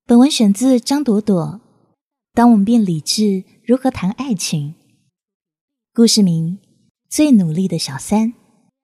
本文选自张朵朵，当我们变理智，如何谈爱情？故事名：最努力的小三。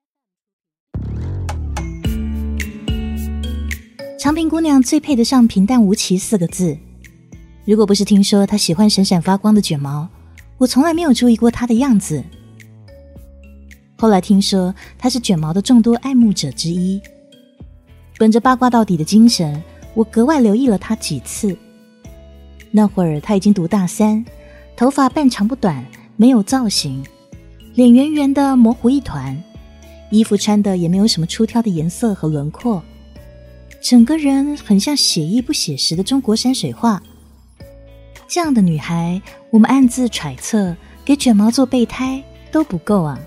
长平姑娘最配得上平淡无奇4个字。如果不是听说她喜欢闪闪发光的卷毛，我从来没有注意过她的样子。后来听说她是卷毛的众多爱慕者之一，本着八卦到底的精神，我格外留意了她几次。那会儿她已经读大3，头发半长不短，没有造型，脸圆圆的模糊一团，衣服穿的也没有什么出挑的颜色和轮廓，整个人很像写意不写实的中国山水画。这样的女孩，我们暗自揣测，给卷毛做备胎都不够啊。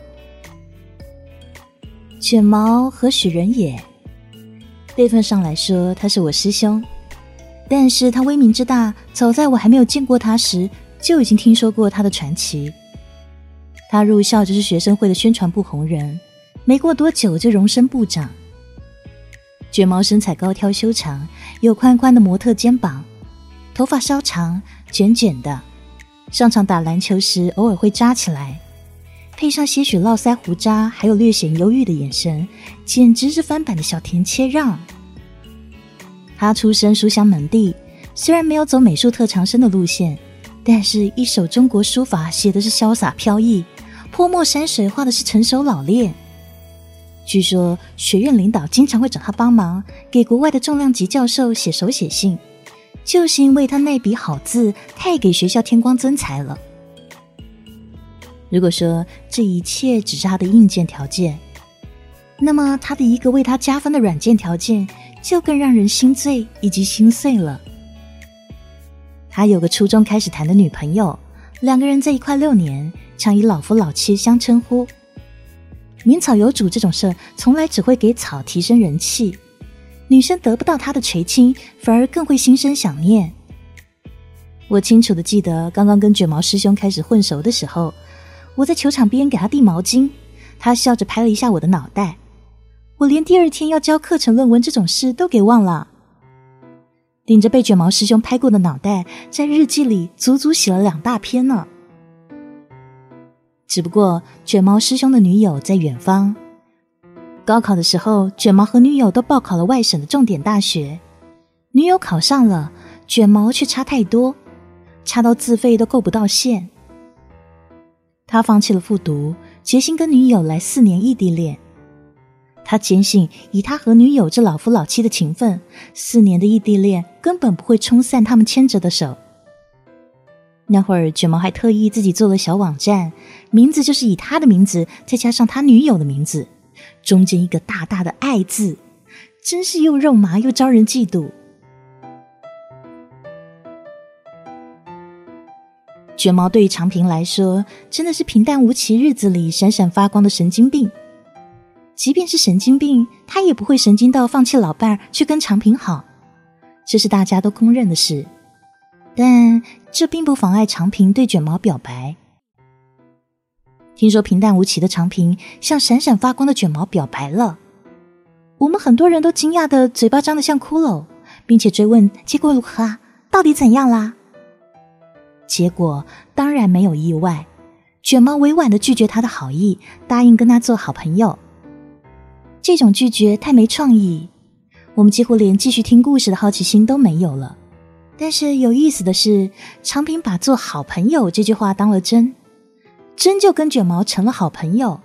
卷毛何许人也？辈分上来说，他是我师兄，但是他威名之大，早在我还没有见过他时，就已经听说过他的传奇。他入校就是学生会的宣传部红人，没过多久就荣升部长。卷毛身材高挑修长，有宽宽的模特肩膀，头发稍长，卷卷的，上场打篮球时偶尔会扎起来，配上些许络腮胡渣，还有略显忧郁的眼神，简直是翻版的小田切让。他出身书香门第，虽然没有走美术特长生的路线，但是一手中国书法写的是潇洒飘逸，泼墨山水画的是成熟老练。据说学院领导经常会找他帮忙，给国外的重量级教授写手写信，就是因为他那笔好字太给学校添光增彩了。如果说这一切只是他的硬件条件，那么他的一个为他加分的软件条件就更让人心醉以及心碎了。他有个初中开始谈的女朋友，2个人在一块6年，常以老夫老妻相称呼。名草有主这种事从来只会给草提升人气，女生得不到他的垂青，反而更会心生想念。我清楚地记得刚刚跟卷毛师兄开始混熟的时候，我在球场边给他递毛巾，他笑着拍了一下我的脑袋，我连第2天要交课程论文这种事都给忘了。顶着被卷毛师兄拍过的脑袋，在日记里足足写了2大篇呢。只不过卷毛师兄的女友在远方，高考的时候，卷毛和女友都报考了外省的重点大学，女友考上了，卷毛却差太多，差到自费都够不到线。他放弃了复读，决心跟女友来4年异地恋。他坚信以他和女友这老夫老妻的情分，4年的异地恋根本不会冲散他们牵着的手。那会儿卷毛还特意自己做了小网站，名字就是以他的名字再加上他女友的名字，中间一个大大的爱字，真是又肉麻又招人嫉妒。卷毛对于长平来说真的是平淡无奇日子里闪闪发光的神经病，即便是神经病，他也不会神经到放弃老伴去跟长平好，这是大家都公认的事。但这并不妨碍长平对卷毛表白。听说平淡无奇的长平向闪闪发光的卷毛表白了，我们很多人都惊讶的嘴巴张得像骷髅，并且追问结果如何啊，到底怎样啦？结果当然没有意外，卷毛委婉地拒绝他的好意，答应跟他做好朋友。这种拒绝太没创意，我们几乎连继续听故事的好奇心都没有了。但是有意思的是，长平把做好朋友这句话当了真，真就跟卷毛成了好朋友。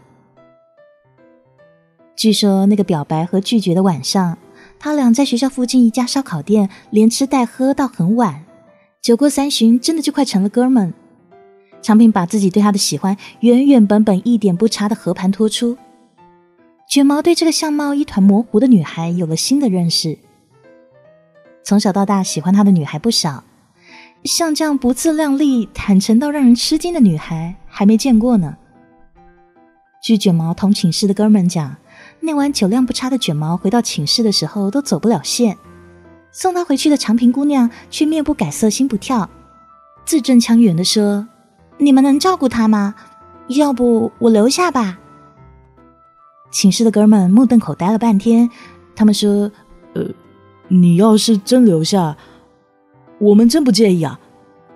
据说那个表白和拒绝的晚上，他俩在学校附近一家烧烤店连吃带喝到很晚，酒过3巡，真的就快成了哥们。长平把自己对他的喜欢原原本本一点不差的和盘托出，卷毛对这个相貌一团模糊的女孩有了新的认识。从小到大喜欢他的女孩不少，像这样不自量力坦诚到让人吃惊的女孩还没见过呢。据卷毛同寝室的哥们讲，那晚酒量不差的卷毛回到寝室的时候都走不了线，送他回去的长平姑娘却面不改色心不跳，字正腔圆地说，你们能照顾他吗？要不我留下吧。寝室的哥们目瞪口呆了半天，他们说你要是真留下， 我们真不介意啊。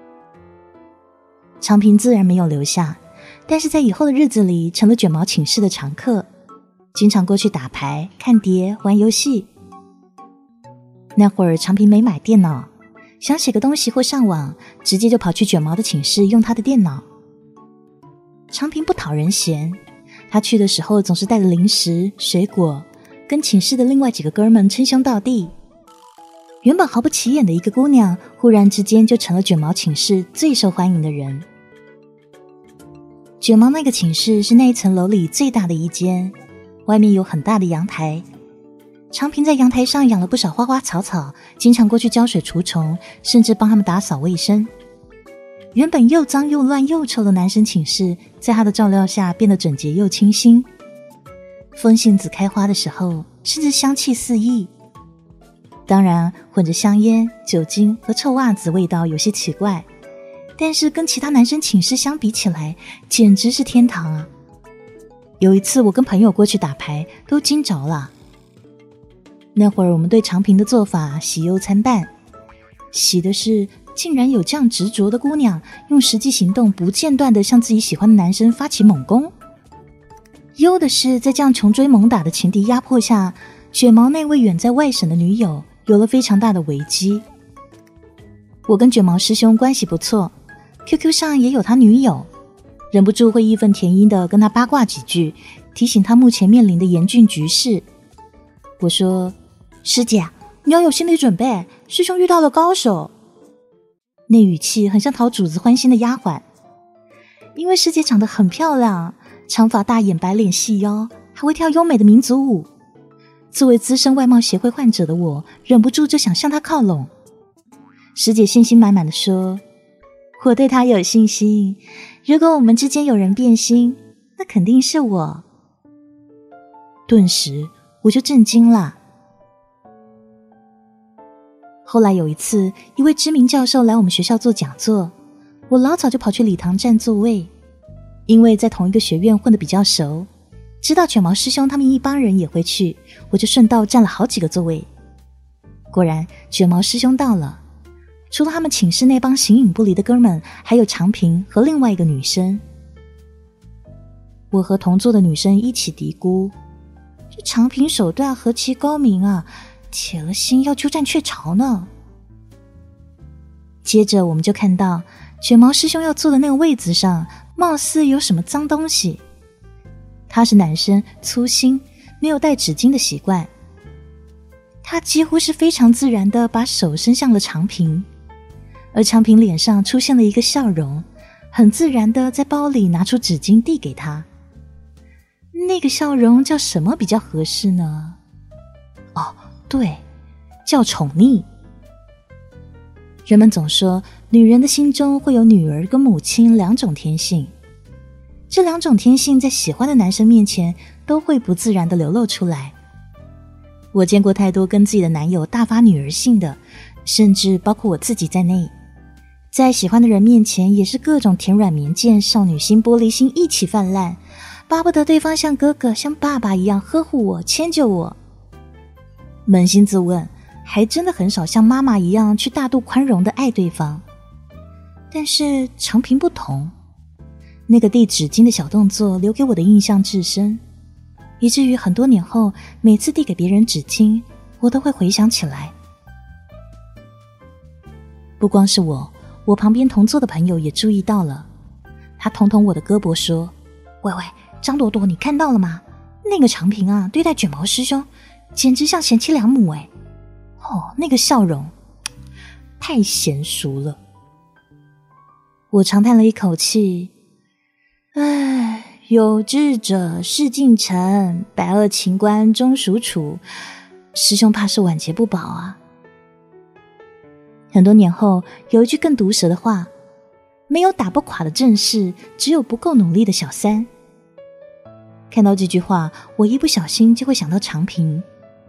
长平自然没有留下，但是在以后的日子里成了卷毛寝室的常客，经常过去打牌、看碟、玩游戏。那会儿长平没买电脑，想写个东西或上网，直接就跑去卷毛的寝室用他的电脑。长平不讨人嫌，他去的时候总是带着零食、水果，跟寝室的另外几个哥们称兄道弟。原本毫不起眼的一个姑娘，忽然之间就成了卷毛寝室最受欢迎的人。卷毛那个寝室是那一层楼里最大的一间，外面有很大的阳台。长平在阳台上养了不少花花草草，经常过去浇水除虫，甚至帮他们打扫卫生。原本又脏又乱又臭的男生寝室，在他的照料下变得整洁又清新。风信子开花的时候，甚至香气四溢。当然，混着香烟、酒精和臭袜子，味道有些奇怪，但是跟其他男生寝室相比起来，简直是天堂啊！有一次我跟朋友过去打牌，都惊着了。那会儿我们对长平的做法喜忧参半，喜的是竟然有这样执着的姑娘，用实际行动不间断地向自己喜欢的男生发起猛攻；忧的是在这样穷追猛打的情敌压迫下，卷毛那位远在外省的女友有了非常大的危机。我跟卷毛师兄关系不错， QQ 上也有他女友，忍不住会义愤填膺地跟他八卦几句，提醒他目前面临的严峻局势。我说，师姐，你要有心理准备，师兄遇到了高手。那语气很像讨主子欢心的丫鬟。因为师姐长得很漂亮，长发大眼，白脸细腰，还会跳优美的民族舞。作为资深外貌协会患者的我，忍不住就想向她靠拢。师姐信心满满地说，我对她有信心，如果我们之间有人变心，那肯定是我。顿时我就震惊了。后来有一次，一位知名教授来我们学校做讲座，我老早就跑去礼堂占座位，因为在同一个学院混得比较熟，知道卷毛师兄他们一帮人也会去，我就顺道占了好几个座位。果然卷毛师兄到了，除了他们寝室那帮形影不离的哥们，还有长平和另外一个女生。我和同座的女生一起嘀咕，这长平手段何其高明啊，铁了心要鸠占鹊巢呢。接着我们就看到卷毛师兄要坐的那个位子上貌似有什么脏东西。他是男生，粗心，没有带纸巾的习惯，他几乎是非常自然地把手伸向了长平，而长平脸上出现了一个笑容，很自然地在包里拿出纸巾递给他。那个笑容叫什么比较合适呢？哦，对，叫宠溺。人们总说女人的心中会有女儿跟母亲两种天性，这两种天性在喜欢的男生面前都会不自然地流露出来。我见过太多跟自己的男友大发女儿性的，甚至包括我自己在内，在喜欢的人面前也是各种甜软绵贱，少女心玻璃心一起泛滥，巴不得对方像哥哥像爸爸一样呵护我迁就我。扪心自问，还真的很少像妈妈一样去大度宽容地爱对方。但是长平不同，那个递纸巾的小动作留给我的印象至深，以至于很多年后每次递给别人纸巾，我都会回想起来。不光是我旁边同座的朋友也注意到了，他捅捅我的胳膊说，喂喂，张朵朵，你看到了吗？那个长平啊，对待卷毛师兄简直像贤妻良母哎！哦，那个笑容太娴熟了。我长叹了一口气，唉，有志者事竟成，百恶秦关终属楚，师兄怕是晚节不保啊。很多年后，有一句更毒舌的话，没有打不垮的正事，只有不够努力的小三。看到这句话，我一不小心就会想到长平。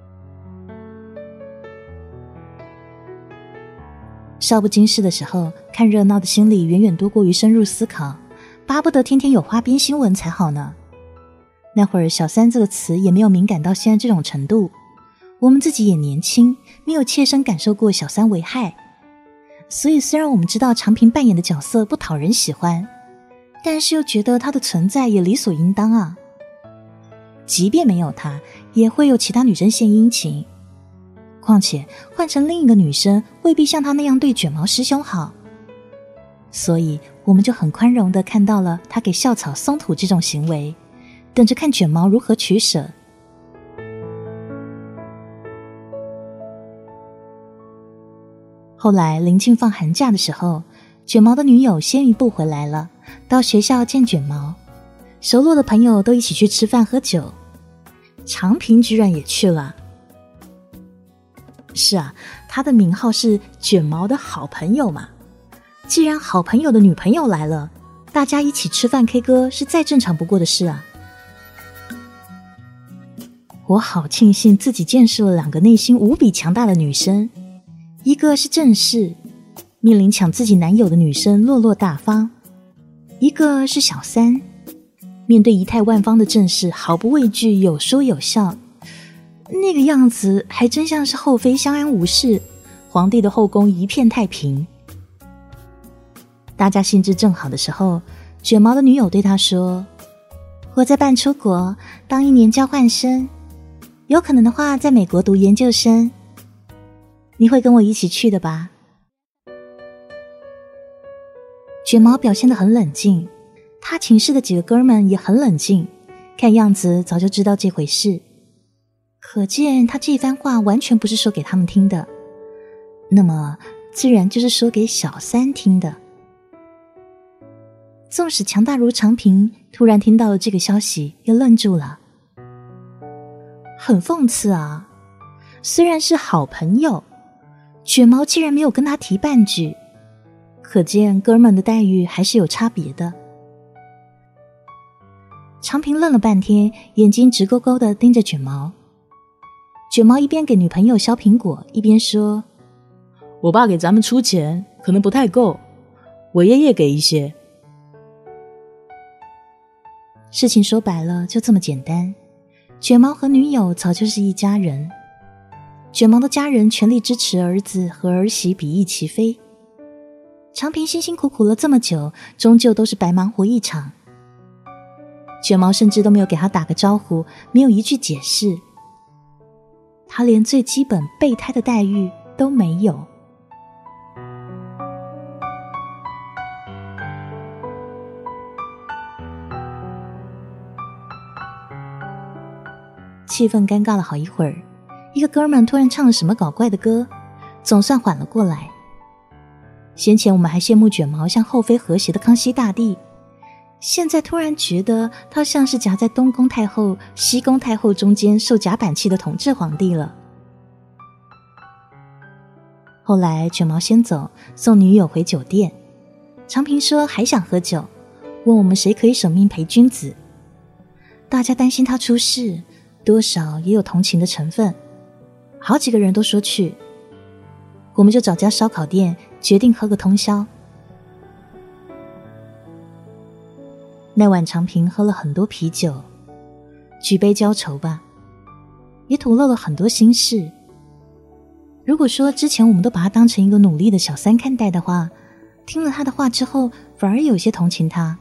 少不经事的时候，看热闹的心理远远多过于深入思考，巴不得天天有花边新闻才好呢。那会儿小三这个词也没有敏感到现在这种程度，我们自己也年轻，没有切身感受过小三危害， 所以虽然我们知道长平扮演的角色不讨人喜欢，但是又觉得他的存在也理所应当啊。即便没有他，也会有其他女生献殷勤，况且换成另一个女生未必像他那样对卷毛师兄好，所以我们就很宽容地看到了他给校草松土这种行为，等着看卷毛如何取舍。后来临近放寒假的时候，卷毛的女友先一步回来了，到学校见卷毛，熟络的朋友都一起去吃饭喝酒，长平居然也去了。是啊，他的名号是卷毛的好朋友嘛，既然好朋友的女朋友来了，大家一起吃饭 K 歌是再正常不过的事啊。我好庆幸自己见识了2个内心无比强大的女生，一个是正室，面临抢自己男友的女生落落大方，一个是小三，面对仪态万方的正室毫不畏惧，有说有笑，那个样子还真像是后妃相安无事，皇帝的后宫一片太平。大家兴致正好的时候，卷毛的女友对他说，我在办出国当1年交换生，有可能的话在美国读研究生，你会跟我一起去的吧？卷毛表现得很冷静，他寝室的几个哥们也很冷静，看样子早就知道这回事，可见他这番话完全不是说给他们听的，那么自然就是说给小三听的。纵使强大如长平，突然听到了这个消息也愣住了，很讽刺啊，虽然是好朋友，卷毛竟然没有跟他提半句，可见哥们的待遇还是有差别的。长平愣了半天，眼睛直勾勾地盯着卷毛。卷毛一边给女朋友削苹果，一边说，我爸给咱们出钱可能不太够，我爷爷给一些。事情说白了就这么简单，卷毛和女友早就是一家人，卷毛的家人全力支持儿子和儿媳比翼齐飞，长平辛辛苦苦了这么久，终究都是白忙活一场。卷毛甚至都没有给他打个招呼，没有一句解释，他连最基本备胎的待遇都没有。气氛尴尬了好一会儿，一个哥们突然唱了什么搞怪的歌，总算缓了过来。先前我们还羡慕卷毛像后妃和谐的康熙大帝，现在突然觉得他像是夹在东宫太后、西宫太后中间受夹板气的统治皇帝了。后来卷毛先走，送女友回酒店，长平说还想喝酒，问我们谁可以舍命陪君子。大家担心他出事，多少也有同情的成分，好几个人都说去，我们就找家烧烤店，决定喝个通宵。那晚长平喝了很多啤酒，举杯浇愁吧，也吐露了很多心事。如果说之前我们都把他当成一个努力的小三看待的话，听了他的话之后反而有些同情他。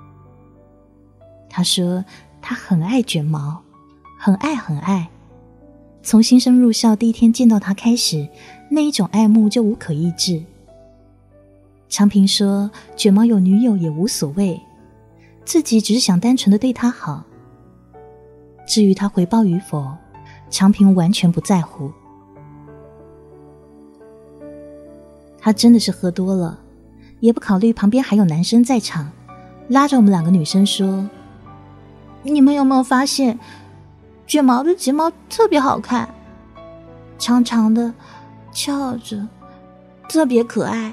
他说他很爱卷毛，很爱很爱，从新生入校第一天见到他开始，那一种爱慕就无可抑制。长平说卷毛有女友也无所谓，自己只是想单纯的对他好，至于他回报与否，长平完全不在乎。他真的是喝多了，也不考虑旁边还有男生在场，拉着我们2个女生说，你们有没有发现卷毛的睫毛特别好看，长长的翘着，特别可爱。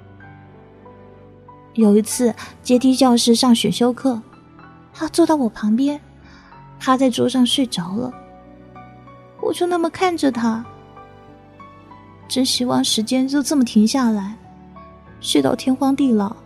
有一次阶梯教室上选修课，他坐到我旁边，趴在桌上睡着了，我就那么看着他，真希望时间就这么停下来，睡到天荒地老。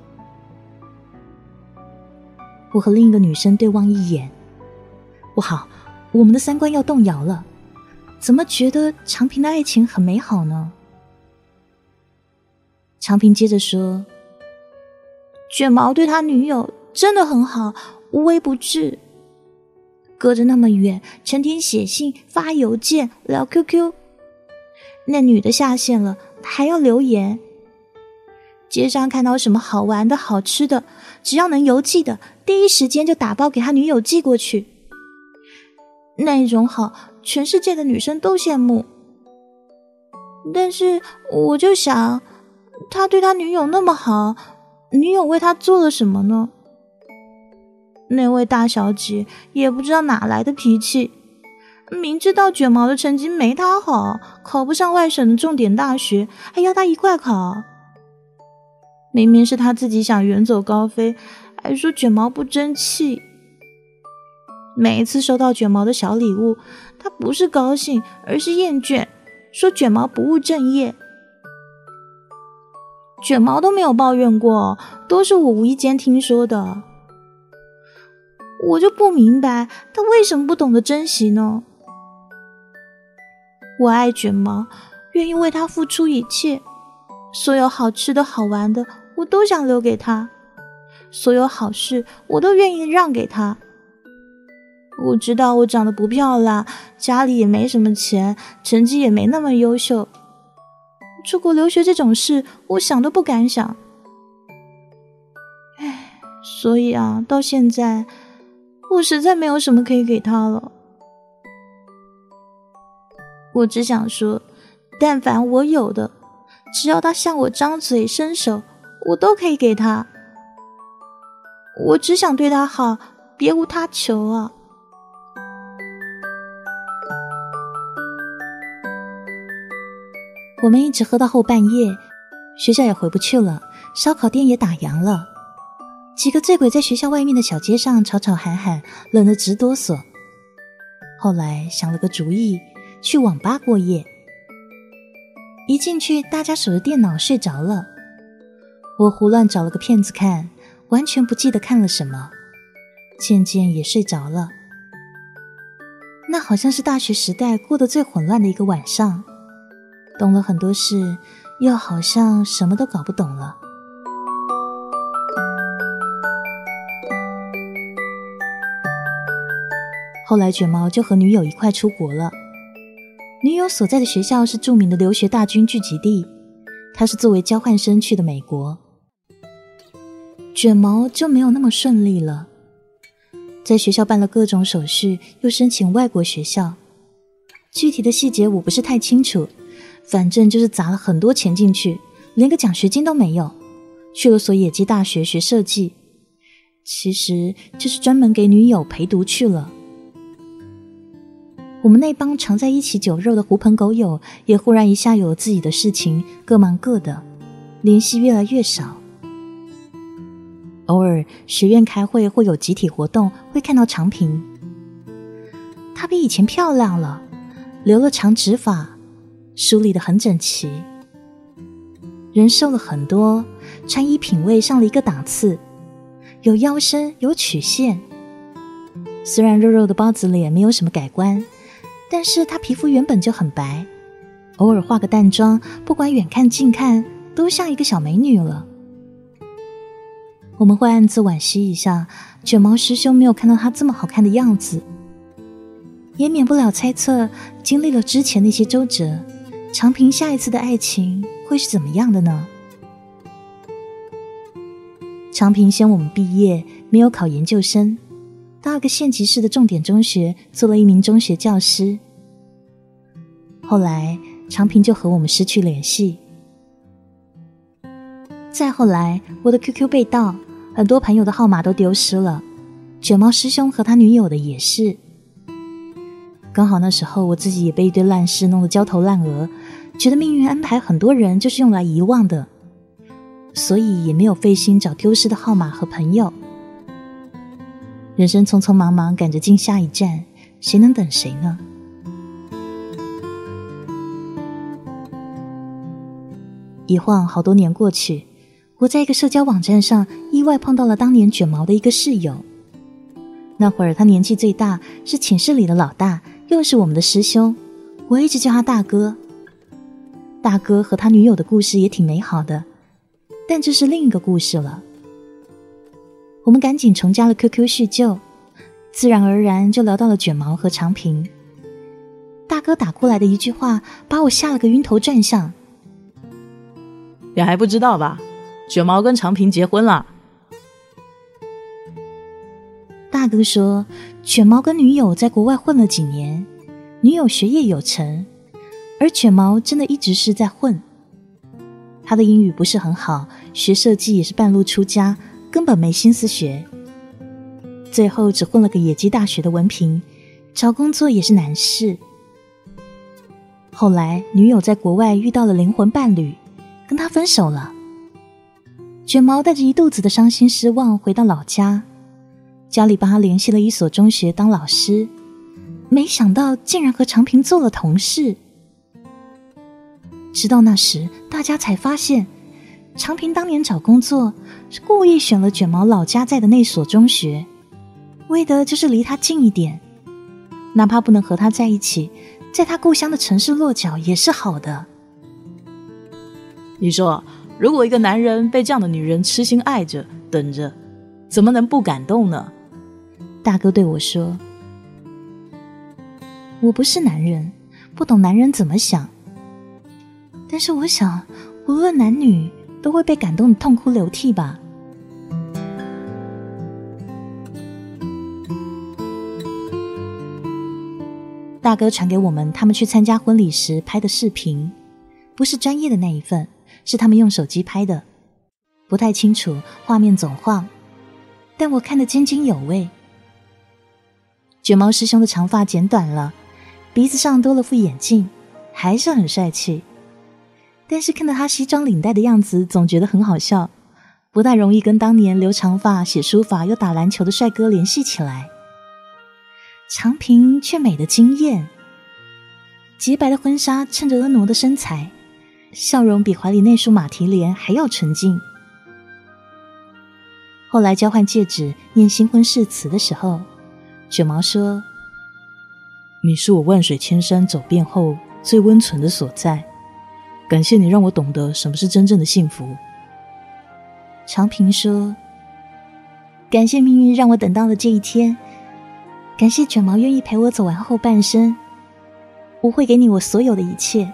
我和另一个女生对望一眼，不好，我们的三观要动摇了，怎么觉得长平的爱情很美好呢？ 长平接着说，卷毛对他女友真的很好，无微不至，隔着那么远，成天写信发邮件聊 QQ， 那女的下线了还要留言，街上看到什么好玩的好吃的，只要能邮寄的第一时间就打包给他女友寄过去，那种好全世界的女生都羡慕。但是我就想，他对他女友那么好，女友为他做了什么呢？那位大小姐也不知道哪来的脾气，明知道卷毛的成绩没他好，考不上外省的重点大学，还要他一块考。明明是他自己想远走高飞，还说卷毛不争气。每一次收到卷毛的小礼物，他不是高兴，而是厌倦，说卷毛不务正业。卷毛都没有抱怨过，都是我无意间听说的。我就不明白他为什么不懂得珍惜呢？我爱卷毛，愿意为他付出一切，所有好吃的好玩的我都想留给他，所有好事我都愿意让给他。我知道我长得不漂亮，家里也没什么钱，成绩也没那么优秀，出国留学这种事我想都不敢想。所以啊，到现在我实在没有什么可以给他了。我只想说，但凡我有的，只要他向我张嘴伸手，我都可以给他。我只想对他好，别无他求啊。我们一直喝到后半夜，学校也回不去了，烧烤店也打烊了。几个醉鬼在学校外面的小街上吵吵喊喊，冷得直哆嗦。后来想了个主意，去网吧过夜。一进去，大家守着电脑睡着了。我胡乱找了个片子看，完全不记得看了什么，渐渐也睡着了。那好像是大学时代过得最混乱的一个晚上，懂了很多事，又好像什么都搞不懂了。后来卷毛就和女友一块出国了，女友所在的学校是著名的留学大军聚集地，他是作为交换生去的美国。卷毛就没有那么顺利了，在学校办了各种手续，又申请外国学校，具体的细节我不是太清楚，反正就是砸了很多钱进去，连个奖学金都没有，去了所野鸡大学学设计，其实就是专门给女友陪读去了。我们那帮常在一起酒肉的狐朋狗友也忽然一下有了自己的事情，各忙各的，联系越来越少。偶尔学院开会或有集体活动会看到长平，她比以前漂亮了，留了长直发，梳理得很整齐，人瘦了很多，穿衣品味上了一个档次，有腰身有曲线。虽然肉肉的包子脸没有什么改观，但是她皮肤原本就很白，偶尔化个淡妆，不管远看近看都像一个小美女了。我们会暗自惋惜一下，卷毛师兄没有看到她这么好看的样子，也免不了猜测，经历了之前那些周折，长平下一次的爱情会是怎么样的呢？长平先我们毕业，没有考研究生，到一个县级市的重点中学做了一名中学教师。后来长平就和我们失去联系。再后来我的 QQ 被盗，很多朋友的号码都丢失了，卷毛师兄和他女友的也是。刚好那时候我自己也被一堆烂事弄得焦头烂额，觉得命运安排很多人就是用来遗忘的，所以也没有费心找丢失的号码和朋友。人生匆匆忙忙赶着进下一站，谁能等谁呢？一晃好多年过去，我在一个社交网站上意外碰到了当年卷毛的一个室友。那会儿他年纪最大，是寝室里的老大，又是我们的师兄，我一直叫他大哥。大哥和他女友的故事也挺美好的， 但这是另一个故事了。我们赶紧重加了 QQ 叙旧，自然而然就聊到了卷毛和长平。大哥打过来的一句话把我吓了个晕头转向。 你还不知道吧？卷毛跟长平结婚了。 大哥说，卷毛跟女友在国外混了几年，女友学业有成，而卷毛真的一直是在混。他的英语不是很好，学设计也是半路出家，根本没心思学。最后只混了个野鸡大学的文凭，找工作也是难事。后来女友在国外遇到了灵魂伴侣，跟他分手了。卷毛带着一肚子的伤心失望回到老家，家里帮他联系了一所中学当老师，没想到竟然和长平做了同事。直到那时，大家才发现，长平当年找工作是故意选了卷毛老家在的那所中学，为的就是离他近一点，哪怕不能和他在一起，在他故乡的城市落脚也是好的。 你说，如果一个男人被这样的女人痴心爱着等着，怎么能不感动呢？ 大哥对我说，我不是男人，不懂男人怎么想，但是我想无论男女都会被感动得痛哭流涕吧。大哥传给我们他们去参加婚礼时拍的视频，不是专业的那一份，是他们用手机拍的，不太清楚，画面总晃，但我看得津津有味。卷毛师兄的长发剪短了，鼻子上多了副眼镜，还是很帅气。但是看到他西装领带的样子，总觉得很好笑，不太容易跟当年留长发、写书法又打篮球的帅哥联系起来。长平却美得惊艳，洁白的婚纱衬着婀娜的身材，笑容比怀里那束马蹄莲还要纯净。后来交换戒指、念新婚誓词的时候，卷毛说：“ 你是我万水千山走遍后最温存的所在，感谢你让我懂得什么是真正的幸福。” 长平说：“感谢命运让我等到了这一天，感谢卷毛愿意陪我走完后半生，我会给你我所有的一切。”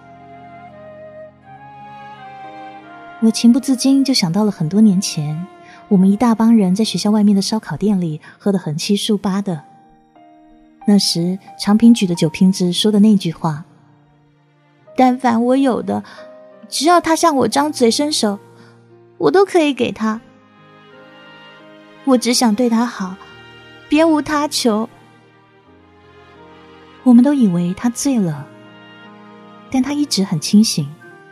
我情不自禁就想到了很多年前，我们一大帮人在学校外面的烧烤店里喝得横七竖八的。那时长平举着酒瓶子说的那句话：“但凡我有的，只要他向我张嘴伸手，我都可以给他。我只想对他好，别无他求。”我们都以为他醉了，但他一直很清醒。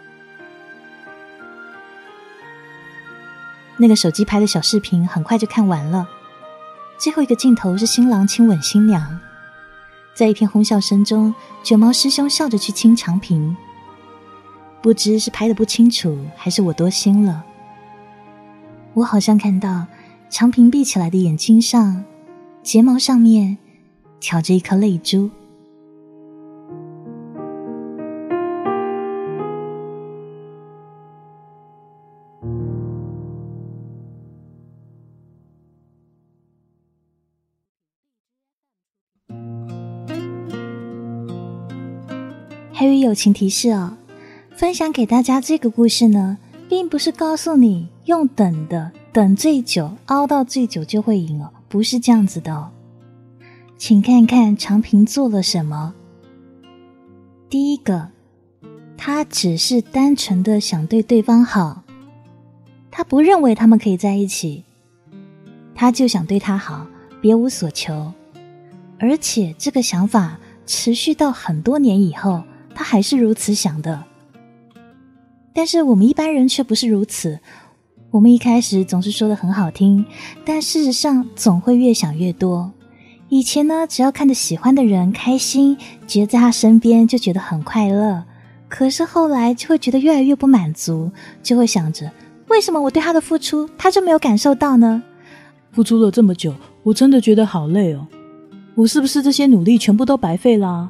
那个手机拍的小视频很快就看完了，最后一个镜头是新郎亲吻新娘，在一片哄笑声中，卷毛师兄笑着去亲长平，不知是拍得不清楚，还是我多心了。我好像看到长平闭起来的眼睛上，睫毛上面挑着一颗泪珠。还有友情提示哦，分享给大家这个故事呢，并不是告诉你用等的，等最久，熬到最久就会赢哦，不是这样子的哦。请看看长平做了什么。第一个，他只是单纯的想对对方好，他不认为他们可以在一起，他就想对他好，别无所求。而且这个想法持续到很多年以后，他还是如此想的。但是我们一般人却不是如此，我们一开始总是说得很好听，但事实上总会越想越多。以前呢，只要看着喜欢的人开心，觉得在他身边就觉得很快乐，可是后来就会觉得越来越不满足，就会想着为什么我对他的付出他就没有感受到呢？ 付出了这么久，我真的觉得好累哦，我是不是这些努力全部都白费啦？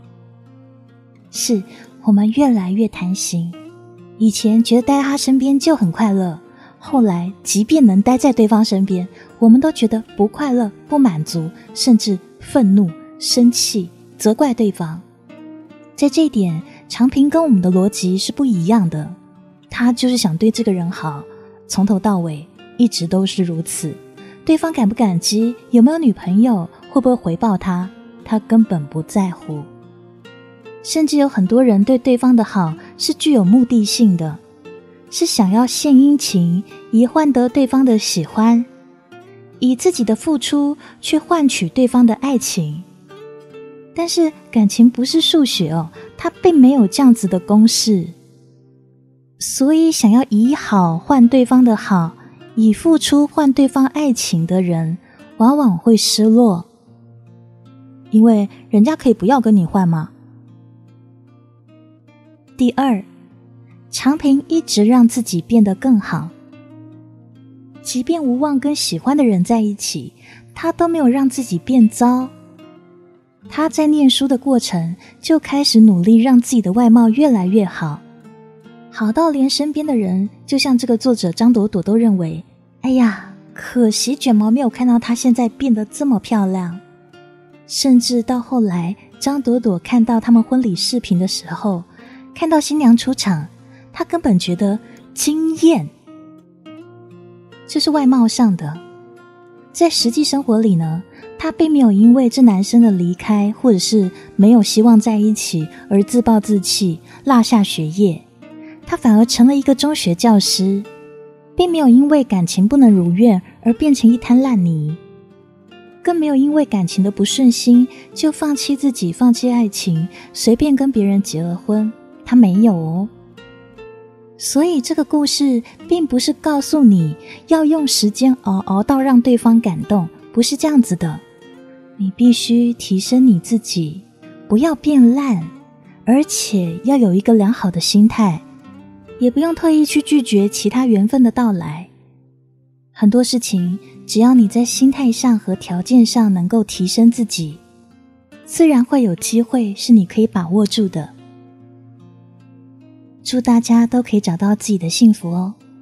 是，我们越来越贪心，以前觉得待在他身边就很快乐， 后来即便能待在对方身边，我们都觉得不快乐、不满足，甚至愤怒、生气、责怪对方。在这一点，长平跟我们的逻辑是不一样的，他就是想对这个人好，从头到尾一直都是如此。对方感不感激，有没有女朋友，会不会回报他，他根本不在乎。甚至有很多人对对方的好是具有目的性的，是想要献殷勤，以换得对方的喜欢，以自己的付出去换取对方的爱情。但是感情不是数学哦，它并没有这样子的公式。所以想要以好换对方的好，以付出换对方爱情的人，往往会失落，因为人家可以不要跟你换嘛。第二，长平一直让自己变得更好，即便无望跟喜欢的人在一起，他都没有让自己变糟。他在念书的过程就开始努力让自己的外貌越来越好，好到连身边的人，就像这个作者张朵朵都认为，哎呀，可惜卷毛没有看到她现在变得这么漂亮。甚至到后来，张朵朵看到他们婚礼视频的时候，看到新娘出场，她根本觉得惊艳。这是外貌上的。在实际生活里呢，她并没有因为这男生的离开，或者是没有希望在一起而自暴自弃，落下学业。她反而成了一个中学教师，并没有因为感情不能如愿而变成一滩烂泥，更没有因为感情的不顺心就放弃自己，放弃爱情，随便跟别人结了婚。他没有哦。所以这个故事并不是告诉你要用时间熬到让对方感动，不是这样子的。你必须提升你自己，不要变烂，而且要有一个良好的心态，也不用特意去拒绝其他缘分的到来。很多事情，只要你在心态上和条件上能够提升自己，自然会有机会是你可以把握住的。祝大家都可以找到自己的幸福哦。